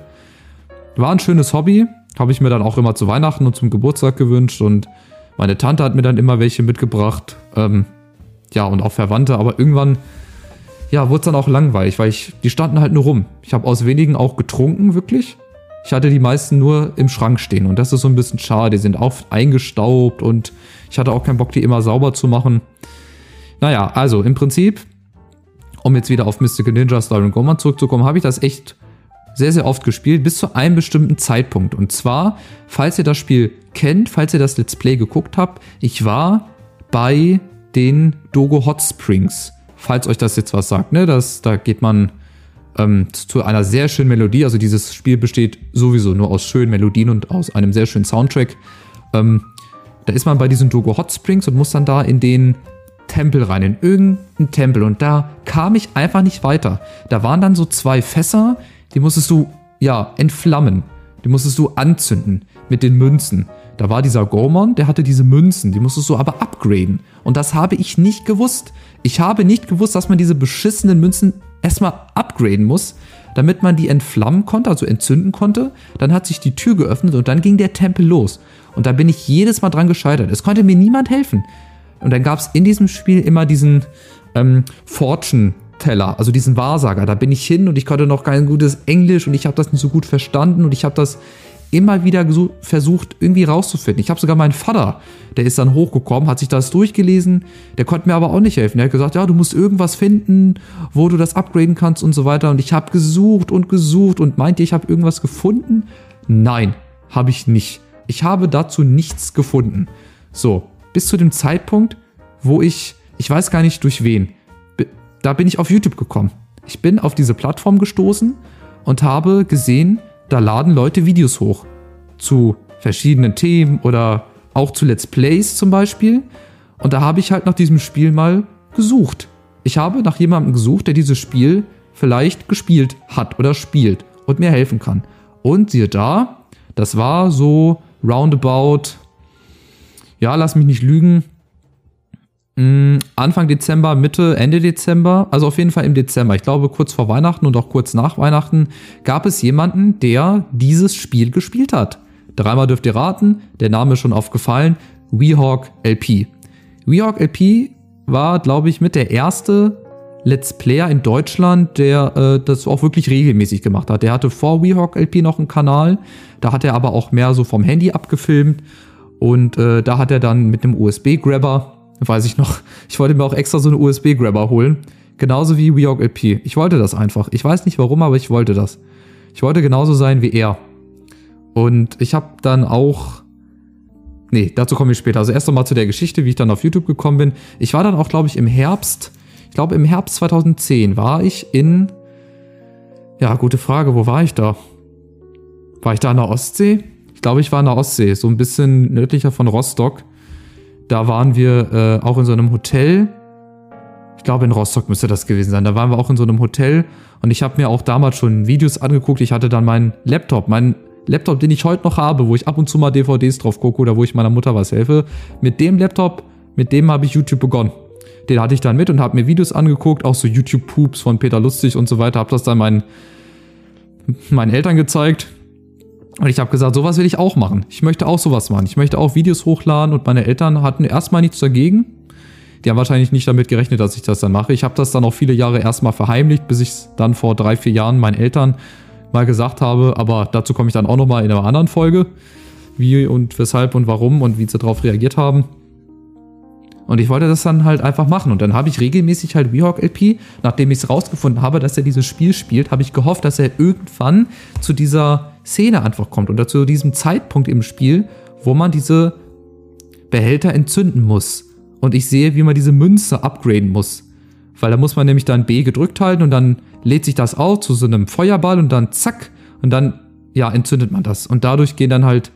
War ein schönes Hobby, habe ich mir dann auch immer zu Weihnachten und zum Geburtstag gewünscht und meine Tante hat mir dann immer welche mitgebracht. Ähm, ja, und auch Verwandte, aber irgendwann, ja, wurde es dann auch langweilig, weil ich, die standen halt nur rum. Ich habe aus wenigen auch getrunken, wirklich. Ich hatte die meisten nur im Schrank stehen und das ist so ein bisschen schade. Die sind oft eingestaubt und ich hatte auch keinen Bock, die immer sauber zu machen. Naja, also im Prinzip, um jetzt wieder auf Mystical Ninja Star and Goman zurückzukommen, habe ich das echt sehr, sehr oft gespielt, bis zu einem bestimmten Zeitpunkt. Und zwar, falls ihr das Spiel kennt, falls ihr das Let's Play geguckt habt, ich war bei den Dogo Hot Springs. Falls euch das jetzt was sagt, ne? Das, da geht man ähm, zu einer sehr schönen Melodie. Also dieses Spiel besteht sowieso nur aus schönen Melodien und aus einem sehr schönen Soundtrack. Ähm, da ist man bei diesen Dogo Hot Springs und muss dann da in den Tempel rein, in irgendeinen Tempel. Und da kam ich einfach nicht weiter. Da waren dann so zwei Fässer, die musstest du, ja, entflammen. Die musstest du anzünden mit den Münzen. Da war dieser Goemon, der hatte diese Münzen, die musstest du aber upgraden. Und das habe ich nicht gewusst. Ich habe nicht gewusst, dass man diese beschissenen Münzen erstmal upgraden muss, damit man die entflammen konnte, also entzünden konnte. Dann hat sich die Tür geöffnet und dann ging der Tempel los. Und da bin ich jedes Mal dran gescheitert. Es konnte mir niemand helfen. Und dann gab es in diesem Spiel immer diesen ähm, Fortune-Teller, also diesen Wahrsager. Da bin ich hin und ich konnte noch kein gutes Englisch und ich habe das nicht so gut verstanden und ich habe das immer wieder gesuch, versucht irgendwie rauszufinden. Ich habe sogar meinen Vater, der ist dann hochgekommen, hat sich das durchgelesen, der konnte mir aber auch nicht helfen. Der hat gesagt, ja, du musst irgendwas finden, wo du das upgraden kannst und so weiter. Und ich habe gesucht und gesucht und meint ihr, ich habe irgendwas gefunden? Nein, habe ich nicht. Ich habe dazu nichts gefunden. So, bis zu dem Zeitpunkt, wo ich, ich weiß gar nicht durch wen, da bin ich auf YouTube gekommen. Ich bin auf diese Plattform gestoßen und habe gesehen, da laden Leute Videos hoch zu verschiedenen Themen oder auch zu Let's Plays zum Beispiel. Und da habe ich halt nach diesem Spiel mal gesucht. Ich habe nach jemandem gesucht, der dieses Spiel vielleicht gespielt hat oder spielt und mir helfen kann. Und siehe da, das war so roundabout, ja, lass mich nicht lügen, Anfang Dezember, Mitte, Ende Dezember, also auf jeden Fall im Dezember, ich glaube kurz vor Weihnachten und auch kurz nach Weihnachten, gab es jemanden, der dieses Spiel gespielt hat. Dreimal dürft ihr raten, der Name ist schon aufgefallen, Weehawk L P. Weehawk L P war, glaube ich, mit der erste Let's Player in Deutschland, der äh, das auch wirklich regelmäßig gemacht hat. Der hatte vor Weehawk L P noch einen Kanal, da hat er aber auch mehr so vom Handy abgefilmt und äh, da hat er dann mit einem U S B-Grabber, weiß ich noch, ich wollte mir auch extra so eine U S B-Grabber holen. Genauso wie Weehawk L P. Ich wollte das einfach. Ich weiß nicht warum, aber ich wollte das. Ich wollte genauso sein wie er. Und ich habe dann auch... Nee, dazu komme ich später. Also erst nochmal zu der Geschichte, wie ich dann auf YouTube gekommen bin. Ich war dann auch, glaube ich, im Herbst... Ich glaube, im Herbst zwanzig zehn war ich in... Ja, gute Frage. Wo war ich da? War ich da an der Ostsee? Ich glaube, ich war an der Ostsee. So ein bisschen nördlicher von Rostock. Da waren wir äh, auch in so einem Hotel. Ich glaube, in Rostock müsste das gewesen sein. Da waren wir auch in so einem Hotel. Und ich habe mir auch damals schon Videos angeguckt. Ich hatte dann meinen Laptop, meinen Laptop, den ich heute noch habe, wo ich ab und zu mal D V Ds drauf gucke oder wo ich meiner Mutter was helfe. Mit dem Laptop, mit dem habe ich YouTube begonnen. Den hatte ich dann mit und habe mir Videos angeguckt, auch so YouTube-Poops von Peter Lustig und so weiter. Habe das dann meinen, meinen Eltern gezeigt. Und ich habe gesagt, sowas will ich auch machen. Ich möchte auch sowas machen. Ich möchte auch Videos hochladen und meine Eltern hatten erstmal nichts dagegen. Die haben wahrscheinlich nicht damit gerechnet, dass ich das dann mache. Ich habe das dann auch viele Jahre erstmal verheimlicht, bis ich es dann vor drei, vier Jahren meinen Eltern mal gesagt habe. Aber dazu komme ich dann auch nochmal in einer anderen Folge. Wie und weshalb und warum und wie sie darauf reagiert haben. Und ich wollte das dann halt einfach machen. Und dann habe ich regelmäßig halt Weehawk L P, nachdem ich es rausgefunden habe, dass er dieses Spiel spielt, habe ich gehofft, dass er irgendwann zu dieser Szene einfach kommt oder zu diesem Zeitpunkt im Spiel, wo man diese Behälter entzünden muss. Und ich sehe, wie man diese Münze upgraden muss. Weil da muss man nämlich dann B gedrückt halten und dann lädt sich das auf zu so einem Feuerball und dann zack und dann, ja, entzündet man das. Und dadurch gehen dann halt,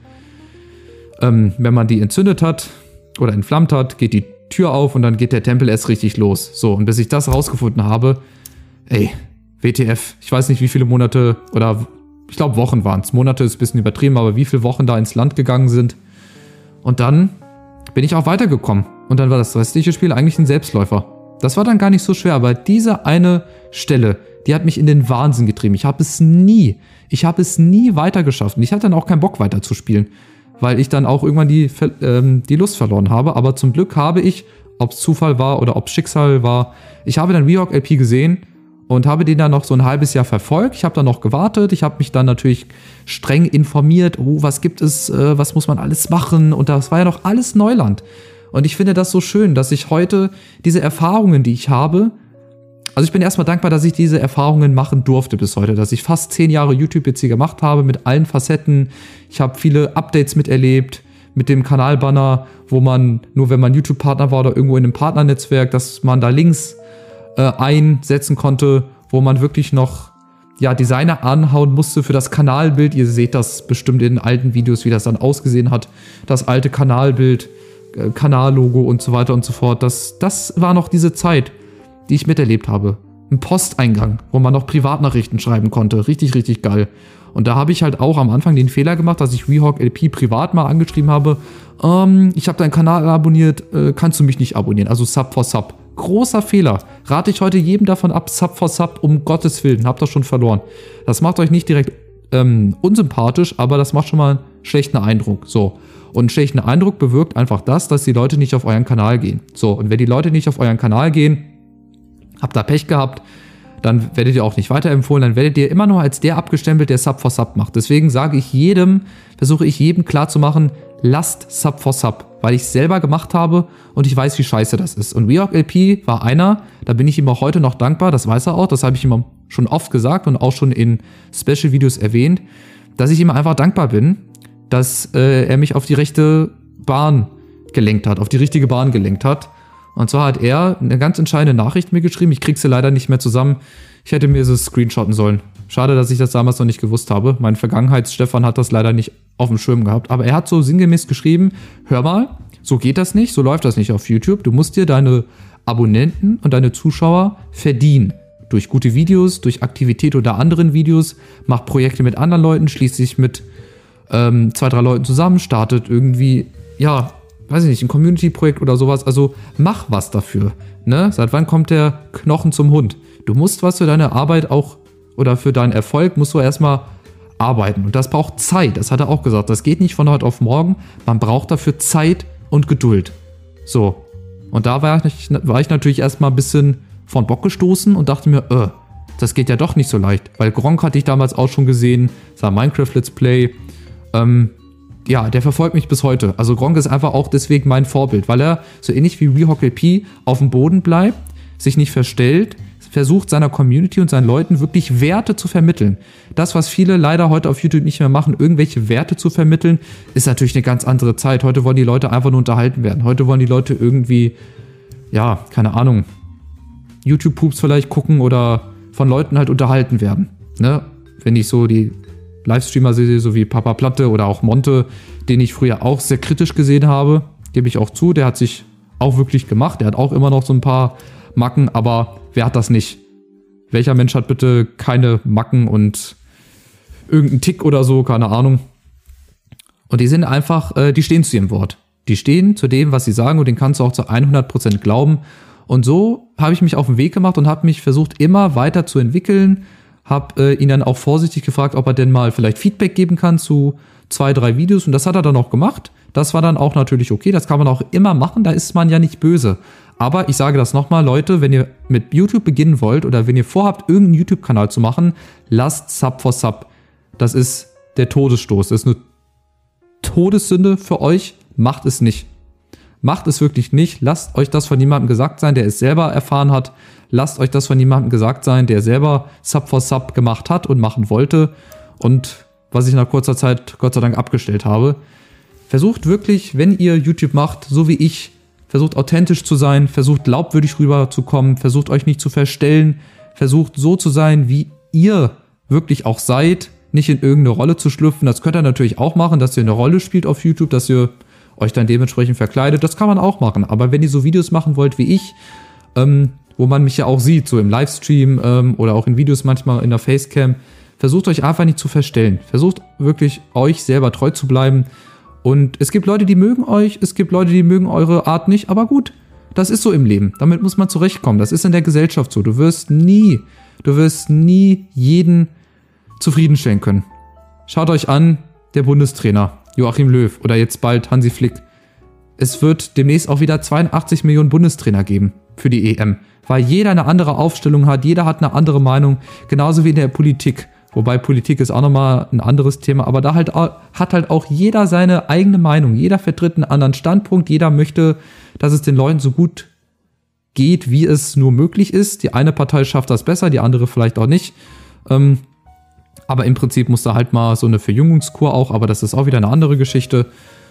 ähm, wenn man die entzündet hat oder entflammt hat, geht die Tür auf und dann geht der Tempel erst richtig los. So, und bis ich das rausgefunden habe, ey, W T F, ich weiß nicht, wie viele Monate oder ich glaube Wochen waren es. Monate ist ein bisschen übertrieben, aber wie viele Wochen da ins Land gegangen sind. Und dann bin ich auch weitergekommen. Und dann war das restliche Spiel eigentlich ein Selbstläufer. Das war dann gar nicht so schwer, aber diese eine Stelle, die hat mich in den Wahnsinn getrieben. Ich habe es nie, ich habe es nie weiter geschafft. Und ich hatte dann auch keinen Bock weiter zu spielen, weil ich dann auch irgendwann die, ähm, die Lust verloren habe. Aber zum Glück habe ich, ob es Zufall war oder ob es Schicksal war, ich habe dann Weehawk L P gesehen und habe den dann noch so ein halbes Jahr verfolgt. Ich habe dann noch gewartet. Ich habe mich dann natürlich streng informiert. Oh, was gibt es, äh, was muss man alles machen? Und das war ja noch alles Neuland. Und ich finde das so schön, dass ich heute diese Erfahrungen, die ich habe, also ich bin erstmal dankbar, dass ich diese Erfahrungen machen durfte bis heute, dass ich fast zehn Jahre YouTube jetzt hier gemacht habe mit allen Facetten. Ich habe viele Updates miterlebt mit dem Kanalbanner, wo man, nur wenn man YouTube-Partner war oder irgendwo in einem Partnernetzwerk, dass man da Links äh, einsetzen konnte, wo man wirklich noch ja, Designer anhauen musste für das Kanalbild. Ihr seht das bestimmt in alten Videos, wie das dann ausgesehen hat. Das alte Kanalbild, äh, Kanallogo und so weiter und so fort. Das, das war noch diese Zeit, die ich miterlebt habe. Ein Posteingang, wo man noch Privatnachrichten schreiben konnte. Richtig, richtig geil. Und da habe ich halt auch am Anfang den Fehler gemacht, dass ich Weehawk L P privat mal angeschrieben habe. Ähm, ich habe deinen Kanal abonniert, äh, kannst du mich nicht abonnieren? Also Sub for Sub. Großer Fehler. Rate ich heute jedem davon ab, Sub for Sub, um Gottes Willen. Habt das schon verloren. Das macht euch nicht direkt ähm, unsympathisch, aber das macht schon mal einen schlechten Eindruck. So. Und einen schlechten Eindruck bewirkt einfach das, dass die Leute nicht auf euren Kanal gehen. So. Und wenn die Leute nicht auf euren Kanal gehen, habt da Pech gehabt, dann werdet ihr auch nicht weiterempfohlen, dann werdet ihr immer noch als der abgestempelt, der Sub for Sub macht. Deswegen sage ich jedem, versuche ich jedem klarzumachen, lasst Sub for Sub, weil ich es selber gemacht habe und ich weiß, wie scheiße das ist. Und Weehawk L P war einer, da bin ich ihm auch heute noch dankbar, das weiß er auch, das habe ich ihm schon oft gesagt und auch schon in Special-Videos erwähnt, dass ich ihm einfach dankbar bin, dass äh, er mich auf die rechte Bahn gelenkt hat, auf die richtige Bahn gelenkt hat. Und zwar hat er eine ganz entscheidende Nachricht mir geschrieben. Ich krieg sie leider nicht mehr zusammen. Ich hätte mir sie screenshotten sollen. Schade, dass ich das damals noch nicht gewusst habe. Mein Vergangenheits-Stefan hat das leider nicht auf dem Schirm gehabt. Aber er hat so sinngemäß geschrieben, hör mal, so geht das nicht, so läuft das nicht auf YouTube. Du musst dir deine Abonnenten und deine Zuschauer verdienen. Durch gute Videos, durch Aktivität oder anderen Videos. Mach Projekte mit anderen Leuten, schließt sich mit ähm, zwei, drei Leuten zusammen, startet irgendwie, ja, weiß ich nicht, ein Community-Projekt oder sowas, also mach was dafür, ne? Seit wann kommt der Knochen zum Hund? Du musst was für deine Arbeit auch, oder für deinen Erfolg musst du erstmal arbeiten und das braucht Zeit, das hat er auch gesagt, das geht nicht von heute auf morgen, man braucht dafür Zeit und Geduld. So, und da war ich, war ich natürlich erstmal ein bisschen von Bock gestoßen und dachte mir, äh, das geht ja doch nicht so leicht, weil Gronk hatte ich damals auch schon gesehen, sein Minecraft-Let's Play, ähm, ja, der verfolgt mich bis heute. Also Gronk ist einfach auch deswegen mein Vorbild, weil er so ähnlich wie Weehawk L P auf dem Boden bleibt, sich nicht verstellt, versucht seiner Community und seinen Leuten wirklich Werte zu vermitteln. Das, was viele leider heute auf YouTube nicht mehr machen, irgendwelche Werte zu vermitteln, ist natürlich eine ganz andere Zeit. Heute wollen die Leute einfach nur unterhalten werden. Heute wollen die Leute irgendwie, ja, keine Ahnung, YouTube-Poops vielleicht gucken oder von Leuten halt unterhalten werden. Ne? Wenn ich so die Livestreamer sehe, so wie Papa Platte oder auch Monte, den ich früher auch sehr kritisch gesehen habe, gebe ich auch zu, der hat sich auch wirklich gemacht, der hat auch immer noch so ein paar Macken, aber wer hat das nicht? Welcher Mensch hat bitte keine Macken und irgendeinen Tick oder so, keine Ahnung. Und die sind einfach, äh, die stehen zu ihrem Wort. Die stehen zu dem, was sie sagen und den kannst du auch zu hundert Prozent glauben. Und so habe ich mich auf den Weg gemacht und habe mich versucht, immer weiter zu entwickeln, habe äh, ihn dann auch vorsichtig gefragt, ob er denn mal vielleicht Feedback geben kann zu zwei, drei Videos. Und das hat er dann auch gemacht. Das war dann auch natürlich okay. Das kann man auch immer machen. Da ist man ja nicht böse. Aber ich sage das nochmal, Leute, wenn ihr mit YouTube beginnen wollt oder wenn ihr vorhabt, irgendeinen YouTube-Kanal zu machen, lasst Sub for Sub. Das ist der Todesstoß. Das ist eine Todessünde für euch. Macht es nicht. Macht es wirklich nicht. Lasst euch das von jemandem gesagt sein, der es selber erfahren hat. Lasst euch das von jemandem gesagt sein, der selber Sub for Sub gemacht hat und machen wollte. Und was ich nach kurzer Zeit Gott sei Dank abgestellt habe. Versucht wirklich, wenn ihr YouTube macht, so wie ich, versucht authentisch zu sein, versucht glaubwürdig rüberzukommen, versucht euch nicht zu verstellen, versucht so zu sein, wie ihr wirklich auch seid, nicht in irgendeine Rolle zu schlüpfen. Das könnt ihr natürlich auch machen, dass ihr eine Rolle spielt auf YouTube, dass ihr euch dann dementsprechend verkleidet. Das kann man auch machen. Aber wenn ihr so Videos machen wollt wie ich, ähm, wo man mich ja auch sieht, so im Livestream ähm, oder auch in Videos manchmal in der Facecam, versucht euch einfach nicht zu verstellen. Versucht wirklich euch selber treu zu bleiben. Und es gibt Leute, die mögen euch, es gibt Leute, die mögen eure Art nicht, aber gut, das ist so im Leben. Damit muss man zurechtkommen. Das ist in der Gesellschaft so. Du wirst nie, du wirst nie jeden zufriedenstellen können. Schaut euch an, der Bundestrainer Joachim Löw oder jetzt bald Hansi Flick. Es wird demnächst auch wieder zweiundachtzig Millionen Bundestrainer geben für die E M, weil jeder eine andere Aufstellung hat, jeder hat eine andere Meinung, genauso wie in der Politik. Wobei Politik ist auch nochmal ein anderes Thema, aber da halt auch, hat halt auch jeder seine eigene Meinung. Jeder vertritt einen anderen Standpunkt, jeder möchte, dass es den Leuten so gut geht, wie es nur möglich ist. Die eine Partei schafft das besser, die andere vielleicht auch nicht. Ähm, aber im Prinzip muss da halt mal so eine Verjüngungskur auch, aber das ist auch wieder eine andere Geschichte.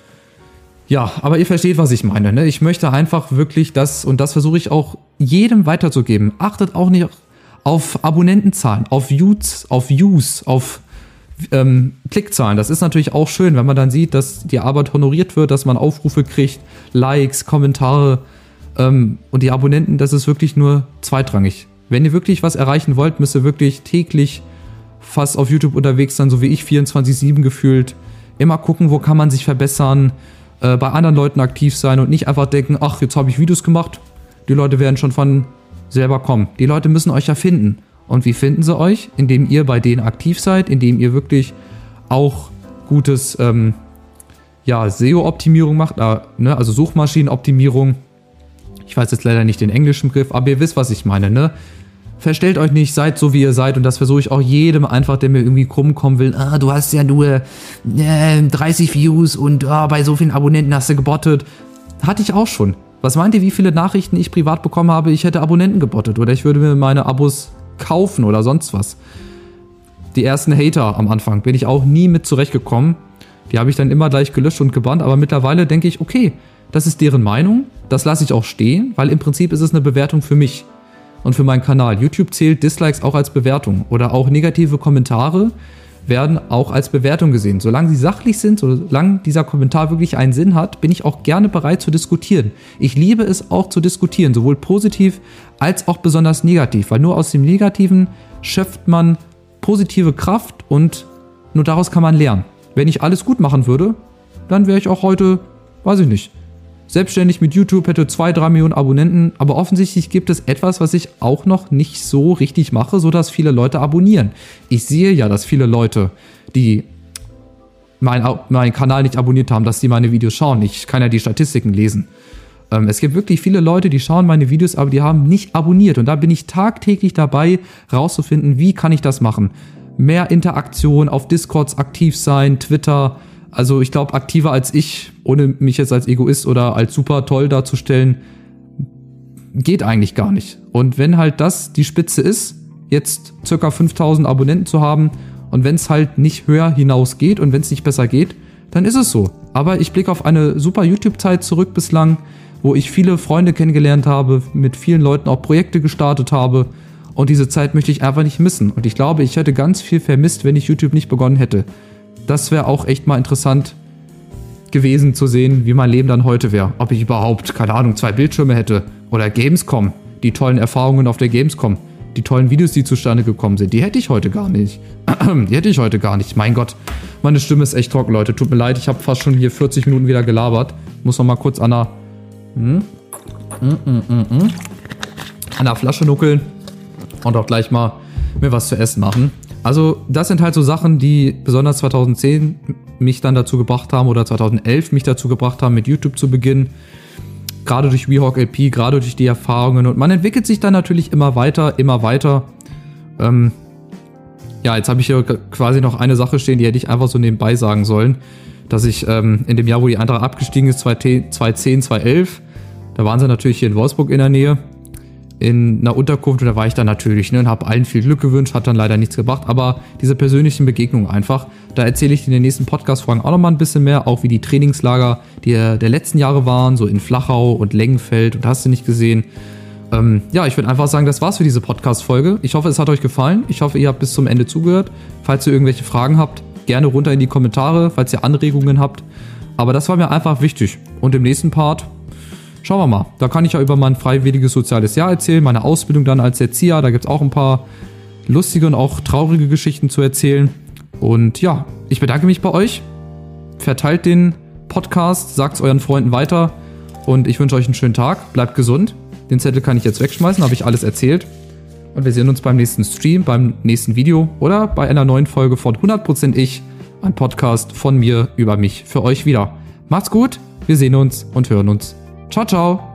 Ja, aber ihr versteht, was ich meine, ne? Ich möchte einfach wirklich das, und das versuche ich auch jedem weiterzugeben. Achtet auch nicht auf Abonnentenzahlen, auf Views, auf Views, auf ähm, Klickzahlen. Das ist natürlich auch schön, wenn man dann sieht, dass die Arbeit honoriert wird, dass man Aufrufe kriegt, Likes, Kommentare ähm, und die Abonnenten, das ist wirklich nur zweitrangig. Wenn ihr wirklich was erreichen wollt, müsst ihr wirklich täglich fast auf YouTube unterwegs sein, so wie ich, vierundzwanzig sieben gefühlt. Immer gucken, wo kann man sich verbessern, äh, bei anderen Leuten aktiv sein und nicht einfach denken, ach, jetzt habe ich Videos gemacht, die Leute werden schon von selber kommen. Die Leute müssen euch ja finden. Und wie finden sie euch? Indem ihr bei denen aktiv seid, indem ihr wirklich auch gutes ähm, ja, S E O-Optimierung macht, äh, ne? Also Suchmaschinenoptimierung. Ich weiß jetzt leider nicht den englischen Begriff, aber ihr wisst, was ich meine, ne? Verstellt euch nicht, seid so, wie ihr seid. Und das versuche ich auch jedem einfach, der mir irgendwie krumm kommen will. Ah, du hast ja nur äh, dreißig Views und ah, bei so vielen Abonnenten hast du gebottet. Hatte ich auch schon. Was meint ihr, wie viele Nachrichten ich privat bekommen habe, ich hätte Abonnenten gebottet oder ich würde mir meine Abos kaufen oder sonst was? Die ersten Hater am Anfang bin ich auch nie mit zurechtgekommen. Die habe ich dann immer gleich gelöscht und gebannt, aber mittlerweile denke ich, okay, das ist deren Meinung, das lasse ich auch stehen, weil im Prinzip ist es eine Bewertung für mich und für meinen Kanal. YouTube zählt Dislikes auch als Bewertung oder auch negative Kommentare werden auch als Bewertung gesehen. Solange sie sachlich sind, solange dieser Kommentar wirklich einen Sinn hat, bin ich auch gerne bereit zu diskutieren. Ich liebe es auch zu diskutieren, sowohl positiv als auch besonders negativ, weil nur aus dem Negativen schöpft man positive Kraft und nur daraus kann man lernen. Wenn ich alles gut machen würde, dann wäre ich auch heute, weiß ich nicht, selbstständig mit YouTube, hätte zwei, drei Millionen Abonnenten, aber offensichtlich gibt es etwas, was ich auch noch nicht so richtig mache, sodass viele Leute abonnieren. Ich sehe ja, dass viele Leute, die meinen mein Kanal nicht abonniert haben, dass die meine Videos schauen. Ich kann ja die Statistiken lesen. Ähm, es gibt wirklich viele Leute, die schauen meine Videos, aber die haben nicht abonniert. Und da bin ich tagtäglich dabei, rauszufinden, wie kann ich das machen. Mehr Interaktion, auf Discords aktiv sein, Twitter. Also ich glaube, aktiver als ich, ohne mich jetzt als Egoist oder als super toll darzustellen, geht eigentlich gar nicht. Und wenn halt das die Spitze ist, jetzt ca. fünftausend Abonnenten zu haben und wenn es halt nicht höher hinaus geht und wenn es nicht besser geht, dann ist es so. Aber ich blicke auf eine super YouTube-Zeit zurück bislang, wo ich viele Freunde kennengelernt habe, mit vielen Leuten auch Projekte gestartet habe und diese Zeit möchte ich einfach nicht missen. Und ich glaube, ich hätte ganz viel vermisst, wenn ich YouTube nicht begonnen hätte. Das wäre auch echt mal interessant gewesen zu sehen, wie mein Leben dann heute wäre. Ob ich überhaupt, keine Ahnung, zwei Bildschirme hätte. Oder Gamescom, die tollen Erfahrungen auf der Gamescom, die tollen Videos, die zustande gekommen sind, die hätte ich heute gar nicht. Die hätte ich heute gar nicht. Mein Gott, meine Stimme ist echt trocken, Leute. Tut mir leid, ich habe fast schon hier vierzig Minuten wieder gelabert. Muss noch mal kurz an der, hm? Mm, mm, mm, mm. an der Flasche nuckeln und auch gleich mal mir was zu essen machen. Also das sind halt so Sachen, die besonders zweitausendzehn mich dann dazu gebracht haben oder zweitausendelf mich dazu gebracht haben, mit YouTube zu beginnen. Gerade durch WeHawk L P, gerade durch die Erfahrungen. Und man entwickelt sich dann natürlich immer weiter, immer weiter. Ähm, ja, jetzt habe ich hier quasi noch eine Sache stehen, die hätte ich einfach so nebenbei sagen sollen. dass ich ähm, in dem Jahr, wo die Eintracht abgestiegen ist, zweitausendzehn, zweitausendelf, da waren sie natürlich hier in Wolfsburg in der Nähe, in einer Unterkunft, und da war ich dann natürlich, ne, und habe allen viel Glück gewünscht, hat dann leider nichts gebracht, aber diese persönlichen Begegnungen einfach, da erzähle ich in den nächsten Podcast-Folgen auch nochmal ein bisschen mehr, auch wie die Trainingslager die, der letzten Jahre waren, so in Flachau und Lengenfeld, und hast du nicht gesehen. Ähm, ja, ich würde einfach sagen, das war's für diese Podcast-Folge. Ich hoffe, es hat euch gefallen. Ich hoffe, ihr habt bis zum Ende zugehört. Falls ihr irgendwelche Fragen habt, gerne runter in die Kommentare, falls ihr Anregungen habt. Aber das war mir einfach wichtig. Und im nächsten Part schauen wir mal. Da kann ich ja über mein freiwilliges soziales Jahr erzählen, meine Ausbildung dann als Erzieher. Da gibt es auch ein paar lustige und auch traurige Geschichten zu erzählen. Und ja, ich bedanke mich bei euch. Verteilt den Podcast, sagt es euren Freunden weiter. Und ich wünsche euch einen schönen Tag. Bleibt gesund. Den Zettel kann ich jetzt wegschmeißen, habe ich alles erzählt. Und wir sehen uns beim nächsten Stream, beim nächsten Video oder bei einer neuen Folge von hundert Prozent Ich, ein Podcast von mir über mich für euch wieder. Macht's gut, wir sehen uns und hören uns. Ciao, ciao.